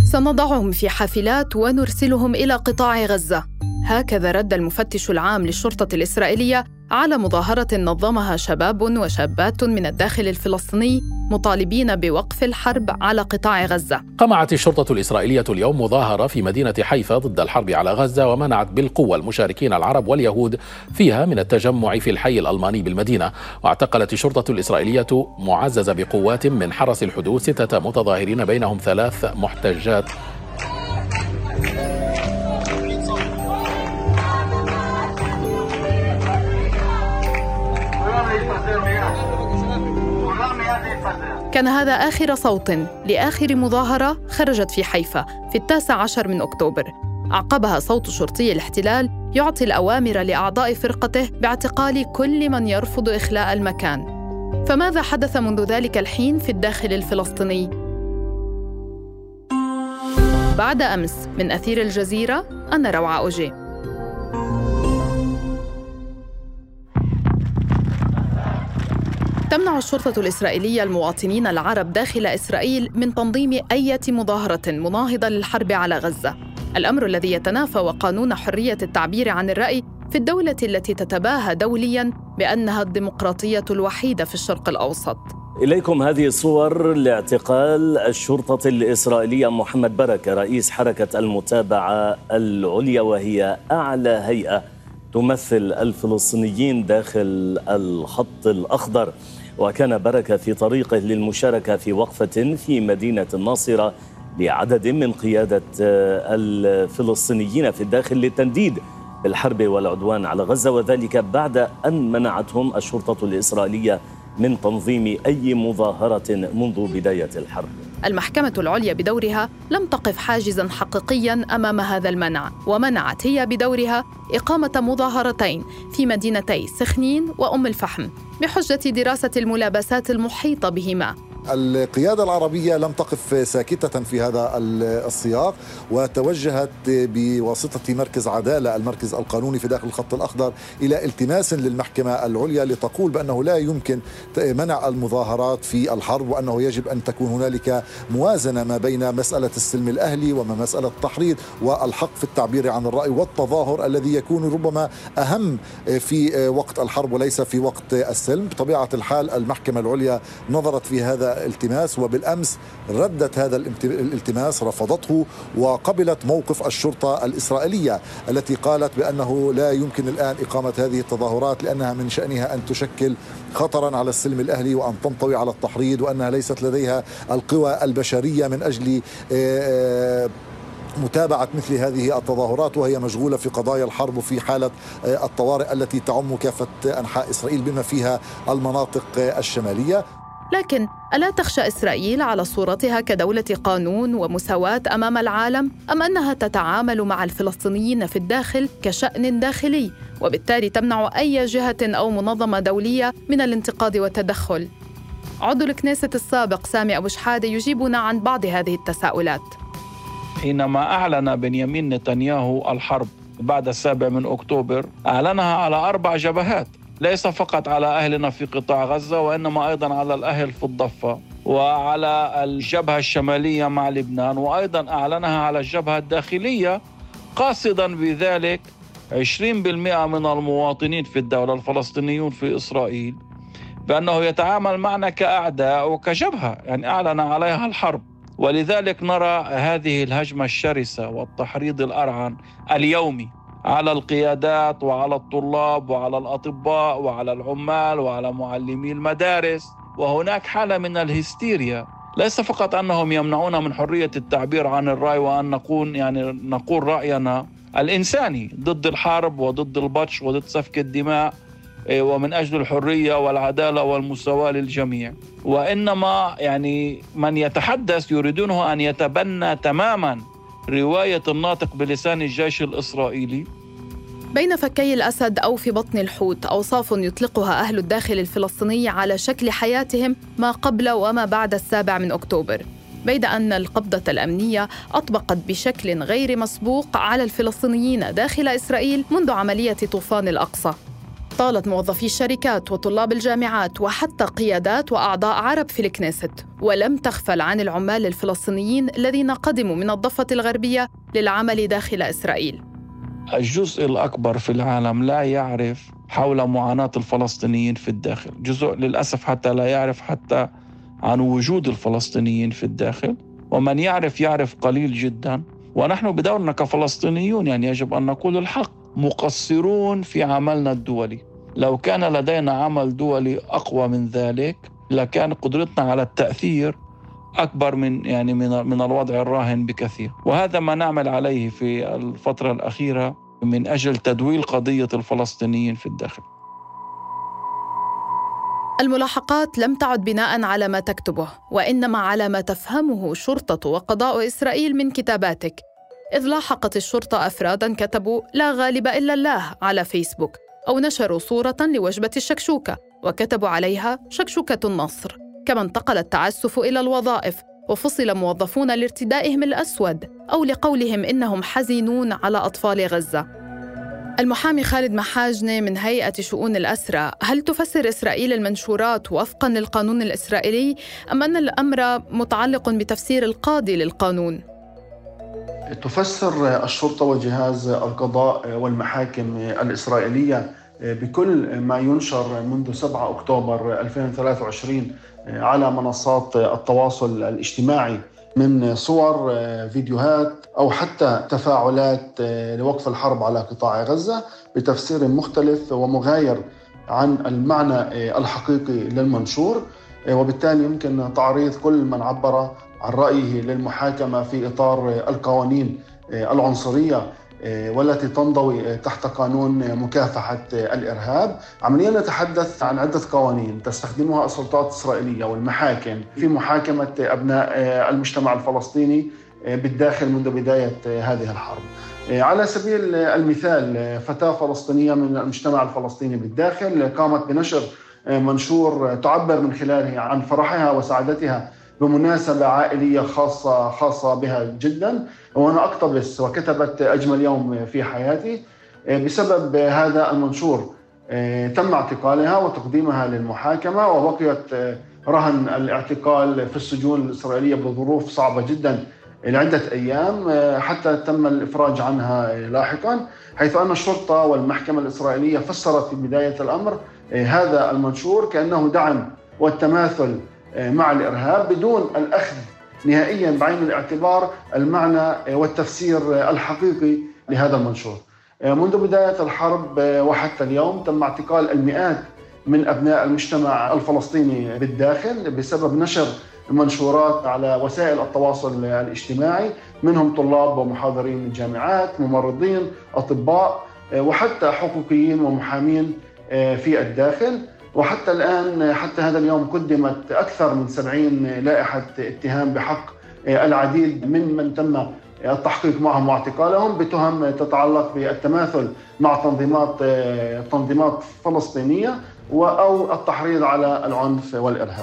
سنضعهم في حافلات ونرسلهم إلى قطاع غزة. هكذا رد المفتش العام للشرطة الإسرائيلية على مظاهرة نظمها شباب وشابات من الداخل الفلسطيني مطالبين بوقف الحرب على قطاع غزة. قمعت الشرطة الإسرائيلية اليوم مظاهرة في مدينة حيفا ضد الحرب على غزة، ومنعت بالقوة المشاركين العرب واليهود فيها من التجمع في الحي الألماني بالمدينة. واعتقلت الشرطة الإسرائيلية معززة بقوات من حرس الحدود 6 متظاهرين بينهم 3 محتجات. كان هذا آخر صوت لآخر مظاهرة خرجت في حيفا في 19 من أكتوبر. أعقبها صوت شرطي الاحتلال يعطي الأوامر لأعضاء فرقته باعتقال كل من يرفض إخلاء المكان. فماذا حدث منذ ذلك الحين في الداخل الفلسطيني؟ بعد أمس من أثير الجزيرة، أنا روعة أوجي. تمنع الشرطة الإسرائيلية المواطنين العرب داخل إسرائيل من تنظيم أي مظاهرة مناهضة للحرب على غزة، الأمر الذي يتنافى وقانون حرية التعبير عن الرأي في الدولة التي تتباهى دولياً بأنها الديمقراطية الوحيدة في الشرق الأوسط. إليكم هذه الصور لاعتقال الشرطة الإسرائيلية محمد بركة رئيس حركة المتابعة العليا، وهي أعلى هيئة تمثل الفلسطينيين داخل الخط الأخضر. وكان بركة في طريقه للمشاركة في وقفة في مدينة الناصرة لعدد من قيادة الفلسطينيين في الداخل للتنديد بالحرب والعدوان على غزة، وذلك بعد أن منعتهم الشرطة الإسرائيلية من تنظيم أي مظاهرة منذ بداية الحرب. المحكمة العليا بدورها لم تقف حاجزاً حقيقياً أمام هذا المنع، ومنعت هي بدورها إقامة مظاهرتين في مدينتي سخنين وأم الفحم بحجة دراسة الملابسات المحيطة بهما. القيادة العربية لم تقف ساكتة في هذا السياق، وتوجهت بواسطة مركز عدالة، المركز القانوني في داخل الخط الأخضر، إلى التماس للمحكمة العليا لتقول بأنه لا يمكن منع المظاهرات في الحرب، وأنه يجب أن تكون هنالك موازنة ما بين مسألة السلم الأهلي ومسألة التحريض والحق في التعبير عن الرأي والتظاهر الذي يكون ربما أهم في وقت الحرب وليس في وقت السلم. بطبيعة الحال المحكمة العليا نظرت في هذا الالتماس، وبالأمس ردت هذا الالتماس، رفضته وقبلت موقف الشرطة الإسرائيلية التي قالت بأنه لا يمكن الآن إقامة هذه التظاهرات لأنها من شأنها أن تشكل خطرا على السلم الأهلي وأن تنطوي على التحريض، وأنها ليست لديها القوى البشرية من أجل متابعة مثل هذه التظاهرات، وهي مشغولة في قضايا الحرب وفي حالة الطوارئ التي تعم كافة أنحاء إسرائيل بما فيها المناطق الشمالية. لكن ألا تخشى إسرائيل على صورتها كدولة قانون ومساواة أمام العالم، أم أنها تتعامل مع الفلسطينيين في الداخل كشأن داخلي، وبالتالي تمنع أي جهة أو منظمة دولية من الانتقاد والتدخل؟ عضو الكنيست السابق سامي أبو شحادة يجيبنا عن بعض هذه التساؤلات. حينما أعلن بنيامين نتنياهو الحرب بعد 7 من أكتوبر، أعلنها على 4 جبهات، ليس فقط على أهلنا في قطاع غزة، وإنما أيضا على الأهل في الضفة وعلى الجبهة الشمالية مع لبنان، وأيضا أعلنها على الجبهة الداخلية، قاصدا بذلك 20% من المواطنين في الدولة الفلسطينيون في إسرائيل بأنه يتعامل معنا كأعداء وكجبهة، يعني أعلن عليها الحرب. ولذلك نرى هذه الهجمة الشرسة والتحريض الأرعن اليومي على القيادات وعلى الطلاب وعلى الأطباء وعلى العمال وعلى معلمي المدارس. وهناك حالة من الهستيريا، ليس فقط أنهم يمنعون من حرية التعبير عن الرأي وأن نقول رأينا الإنساني ضد الحرب وضد البطش وضد سفك الدماء ومن أجل الحرية والعدالة والمساواة للجميع، وإنما من يتحدث يريدونه أن يتبنى تماما رواية الناطق بلسان الجيش الإسرائيلي. بين فكي الأسد أو في بطن الحوت، أوصاف يطلقها أهل الداخل الفلسطيني على شكل حياتهم ما قبل وما بعد 7 من أكتوبر، بيد أن القبضة الأمنية أطبقت بشكل غير مسبوق على الفلسطينيين داخل إسرائيل منذ عملية طوفان الأقصى. أطالت موظفي الشركات وطلاب الجامعات وحتى قيادات وأعضاء عرب في الكنيست، ولم تغفل عن العمال الفلسطينيين الذين قدموا من الضفة الغربية للعمل داخل إسرائيل. الجزء الأكبر في العالم لا يعرف حول معاناة الفلسطينيين في الداخل، جزء للأسف حتى لا يعرف حتى عن وجود الفلسطينيين في الداخل، ومن يعرف قليل جدا. ونحن بدورنا كفلسطينيون يعني يجب أن نقول الحق، مقصرون في عملنا الدولي. لو كان لدينا عمل دولي أقوى من ذلك لكان قدرتنا على التأثير أكبر من الوضع الراهن بكثير، وهذا ما نعمل عليه في الفترة الأخيرة من أجل تدويل قضية الفلسطينيين في الداخل. الملاحقات لم تعد بناء على ما تكتبه، وإنما على ما تفهمه شرطة وقضاء إسرائيل من كتاباتك، إذ لاحقت الشرطة أفراداً كتبوا لا غالب إلا الله على فيسبوك، أو نشروا صورة لوجبة الشكشوكة وكتبوا عليها شكشوكة النصر. كما انتقل التعسف إلى الوظائف، وفصل موظفون لارتدائهم الأسود أو لقولهم إنهم حزينون على أطفال غزة. المحامي خالد محاجنة من هيئة شؤون الأسرى، هل تفسر إسرائيل المنشورات وفقاً للقانون الإسرائيلي أم أن الأمر متعلق بتفسير القاضي للقانون؟ تفسر الشرطة وجهاز القضاء والمحاكم الإسرائيلية بكل ما ينشر منذ 7 أكتوبر 2023 على منصات التواصل الاجتماعي من صور، فيديوهات أو حتى تفاعلات لوقف الحرب على قطاع غزة بتفسير مختلف ومغاير عن المعنى الحقيقي للمنشور، وبالتالي يمكن تعريض كل من عبر عن رأيه للمحاكمة في إطار القوانين العنصرية والتي تنضوي تحت قانون مكافحة الإرهاب. عمليا نتحدث عن عدة قوانين تستخدمها السلطات الإسرائيلية والمحاكم في محاكمة أبناء المجتمع الفلسطيني بالداخل منذ بداية هذه الحرب. على سبيل المثال، فتاة فلسطينية من المجتمع الفلسطيني بالداخل قامت بنشر منشور تعبر من خلاله عن فرحها وسعادتها بمناسبة عائلية خاصة بها جدا، وأنا أقتبس وكتبت أجمل يوم في حياتي. بسبب هذا المنشور تم اعتقالها وتقديمها للمحاكمة، وبقيت رهن الاعتقال في السجون الإسرائيلية بظروف صعبة جدا لعدة أيام حتى تم الإفراج عنها لاحقا، حيث أن الشرطة والمحكمة الإسرائيلية فسرت في بداية الأمر هذا المنشور كأنه دعم والتماثل مع الإرهاب بدون الأخذ نهائياً بعين الاعتبار المعنى والتفسير الحقيقي لهذا المنشور. منذ بداية الحرب وحتى اليوم تم اعتقال المئات من أبناء المجتمع الفلسطيني بالداخل بسبب نشر منشورات على وسائل التواصل الاجتماعي، منهم طلاب ومحاضرين الجامعات، ممرضين، أطباء، وحتى حقوقيين ومحامين في الداخل. وحتى الآن حتى هذا اليوم قدمت أكثر من 70 لائحة اتهام بحق العديد من تم التحقيق معهم واعتقالهم بتهم تتعلق بالتماثل مع تنظيمات فلسطينية أو التحريض على العنف والإرهاب.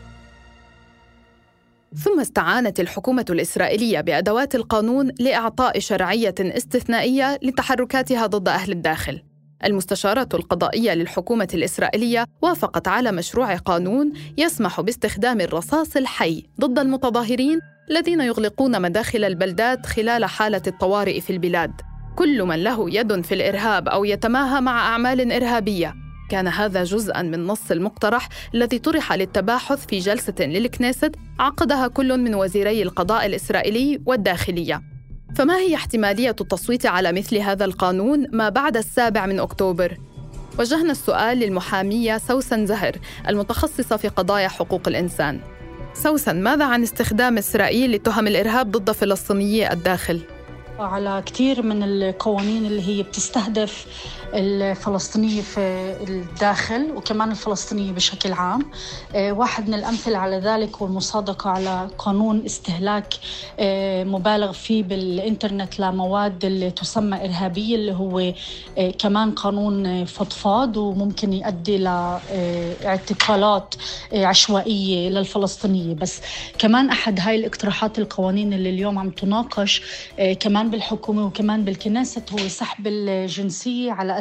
ثم استعانت الحكومة الإسرائيلية بأدوات القانون لإعطاء شرعية استثنائية لتحركاتها ضد أهل الداخل. المستشارة القضائية للحكومة الإسرائيلية وافقت على مشروع قانون يسمح باستخدام الرصاص الحي ضد المتظاهرين الذين يغلقون مداخل البلدات خلال حالة الطوارئ في البلاد. كل من له يد في الإرهاب أو يتماهى مع أعمال إرهابية. كان هذا جزءاً من النص المقترح الذي طرح للتباحث في جلسة للكنيست عقدها كل من وزيري القضاء الإسرائيلي والداخلية. فما هي احتمالية التصويت على مثل هذا القانون ما بعد 7 أكتوبر؟ وجهنا السؤال للمحامية سوسن زهر المتخصصة في قضايا حقوق الإنسان. سوسن، ماذا عن استخدام إسرائيل لتهم الإرهاب ضد فلسطينيي الداخل؟ على كثير من القوانين اللي هي بتستهدف الفلسطينية في الداخل وكمان الفلسطينية بشكل عام. واحد من الأمثلة على ذلك هو المصادقة على قانون استهلاك مبالغ فيه بالإنترنت لمواد اللي تسمى إرهابية، اللي هو كمان قانون فضفاض وممكن يؤدي لاعتقالات عشوائية للفلسطينية. بس كمان أحد هاي الاقتراحات القوانين اللي اليوم عم تناقش كمان بالحكومة وكمان بالكنيست هو سحب الجنسية على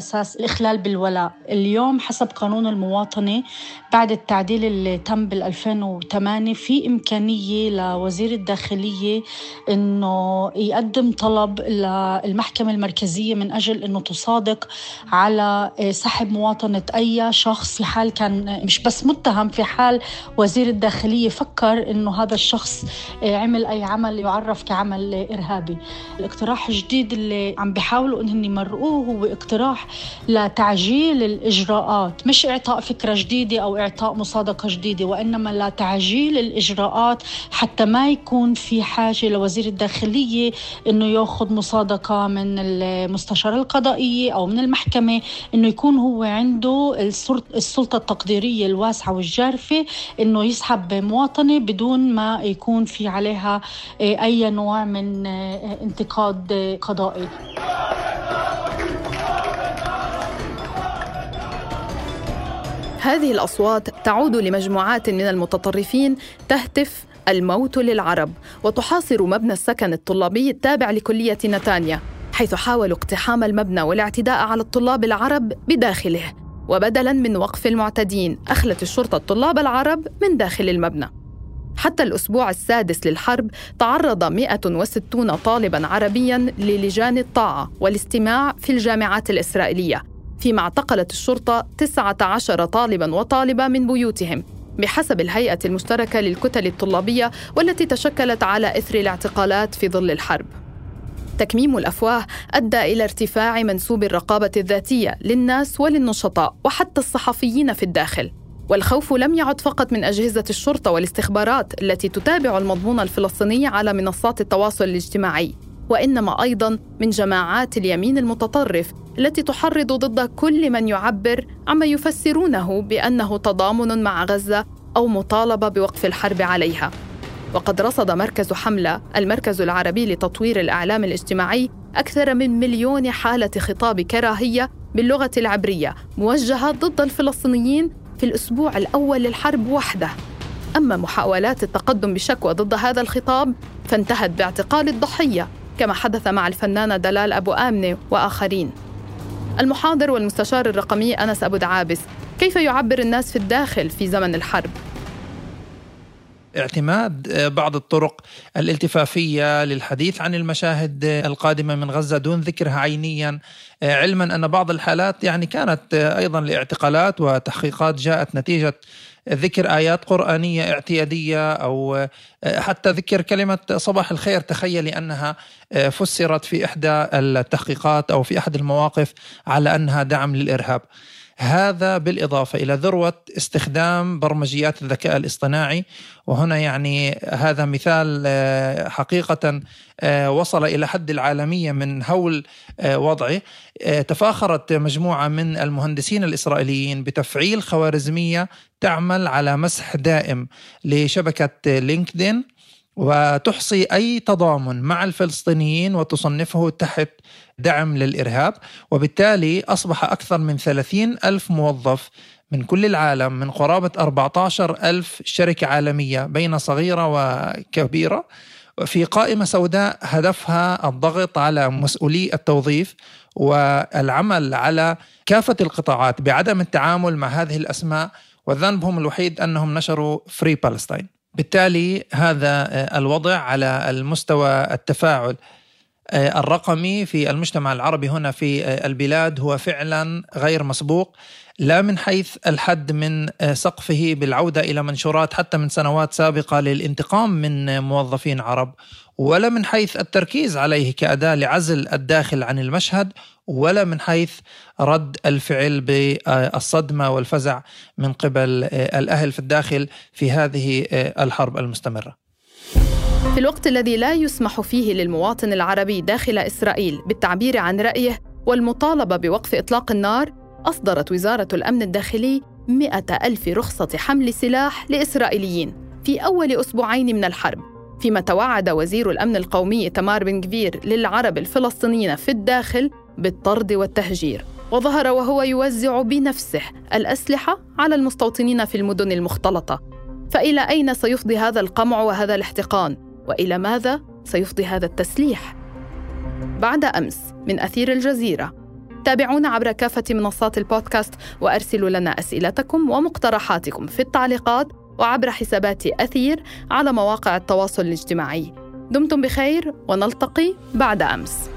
أساس الإخلال بالولاء. اليوم حسب قانون المواطنة بعد التعديل اللي تم بال2008 في إمكانية لوزير الداخلية إنه يقدم طلب للمحكمة المركزية من أجل إنه تصادق على سحب مواطنة أي شخص في حال كان مش بس متهم، في حال وزير الداخلية فكر إنه هذا الشخص عمل أي عمل يعرف كعمل إرهابي. الاقتراح الجديد اللي عم بيحاولوا إنهم يمرقوه هو اقتراح لتعجيل الإجراءات، مش إعطاء فكرة جديدة أو إعطاء مصادقة جديدة، وإنما لتعجيل الإجراءات حتى ما يكون في حاجة لوزير الداخلية إنه يأخذ مصادقة من المستشارة القضائية أو من المحكمة، إنه يكون هو عنده السلطة التقديرية الواسعة والجارفة إنه يسحب مواطنة بدون ما يكون في عليها أي نوع من انتقاد قضائي. هذه الأصوات تعود لمجموعات من المتطرفين تهتف الموت للعرب، وتحاصر مبنى السكن الطلابي التابع لكلية نتانيا، حيث حاولوا اقتحام المبنى والاعتداء على الطلاب العرب بداخله. وبدلاً من وقف المعتدين أخلت الشرطة الطلاب العرب من داخل المبنى. حتى الأسبوع السادس للحرب تعرض 160 طالباً عربياً للجان الطاعة والاستماع في الجامعات الإسرائيلية، فيما اعتقلت الشرطة 19 طالباً وطالبة من بيوتهم بحسب الهيئة المشتركة للكتل الطلابية، والتي تشكلت على إثر الاعتقالات في ظل الحرب. تكميم الأفواه أدى إلى ارتفاع منسوب الرقابة الذاتية للناس وللنشطاء وحتى الصحفيين في الداخل. والخوف لم يعد فقط من أجهزة الشرطة والاستخبارات التي تتابع المضمون الفلسطيني على منصات التواصل الاجتماعي، وإنما أيضاً من جماعات اليمين المتطرف التي تحرض ضد كل من يعبر عما يفسرونه بأنه تضامن مع غزة أو مطالبة بوقف الحرب عليها. وقد رصد مركز حملة، المركز العربي لتطوير الإعلام الاجتماعي، أكثر من 1,000,000 حالة خطاب كراهية باللغة العبرية موجهة ضد الفلسطينيين في الأسبوع الأول للحرب وحده. أما محاولات التقدم بشكوى ضد هذا الخطاب فانتهت باعتقال الضحية، كما حدث مع الفنانة دلال أبو آمنة وآخرين. المحاضر والمستشار الرقمي أنس أبو دعابس، كيف يعبر الناس في الداخل في زمن الحرب؟ اعتماد بعض الطرق الالتفافية للحديث عن المشاهد القادمة من غزة دون ذكرها عينيا، علما أن بعض الحالات كانت أيضا لاعتقالات وتحقيقات جاءت نتيجة ذكر آيات قرآنية اعتيادية أو حتى ذكر كلمة صباح الخير. تخيلي أنها فسرت في إحدى التحقيقات أو في أحد المواقف على أنها دعم للإرهاب. هذا بالإضافة إلى ذروة استخدام برمجيات الذكاء الاصطناعي، وهنا هذا مثال حقيقة وصل إلى حد العالمية من هول وضعه. تفاخرت مجموعة من المهندسين الإسرائيليين بتفعيل خوارزمية تعمل على مسح دائم لشبكة لينكدين وتحصي أي تضامن مع الفلسطينيين وتصنفه تحت دعم للإرهاب. وبالتالي أصبح أكثر من 30,000 موظف من كل العالم، من قرابة 14,000 شركة عالمية بين صغيرة وكبيرة، في قائمة سوداء هدفها الضغط على مسؤولي التوظيف والعمل على كافة القطاعات بعدم التعامل مع هذه الأسماء، وذنبهم الوحيد أنهم نشروا فري بالستاين. بالتالي هذا الوضع على المستوى التفاعل الرقمي في المجتمع العربي هنا في البلاد هو فعلا غير مسبوق، لا من حيث الحد من سقفه بالعودة إلى منشورات حتى من سنوات سابقة للانتقام من موظفين عرب، ولا من حيث التركيز عليه كأداة لعزل الداخل عن المشهد، ولا من حيث رد الفعل بالصدمة والفزع من قبل الأهل في الداخل في هذه الحرب المستمرة. في الوقت الذي لا يسمح فيه للمواطن العربي داخل إسرائيل بالتعبير عن رأيه والمطالبة بوقف إطلاق النار، أصدرت وزارة الأمن الداخلي 100,000 رخصة حمل سلاح لإسرائيليين في أول أسبوعين من الحرب، فيما توعد وزير الأمن القومي إيتمار بن غفير للعرب الفلسطينيين في الداخل بالطرد والتهجير. وظهر وهو يوزع بنفسه الأسلحة على المستوطنين في المدن المختلطة. فإلى أين سيفضي هذا القمع وهذا الاحتقان؟ وإلى ماذا سيفضي هذا التسليح؟ بعد أمس من أثير الجزيرة، تابعونا عبر كافة منصات البودكاست، وأرسلوا لنا أسئلتكم ومقترحاتكم في التعليقات وعبر حسابات أثير على مواقع التواصل الاجتماعي. دمتم بخير ونلتقي بعد أمس.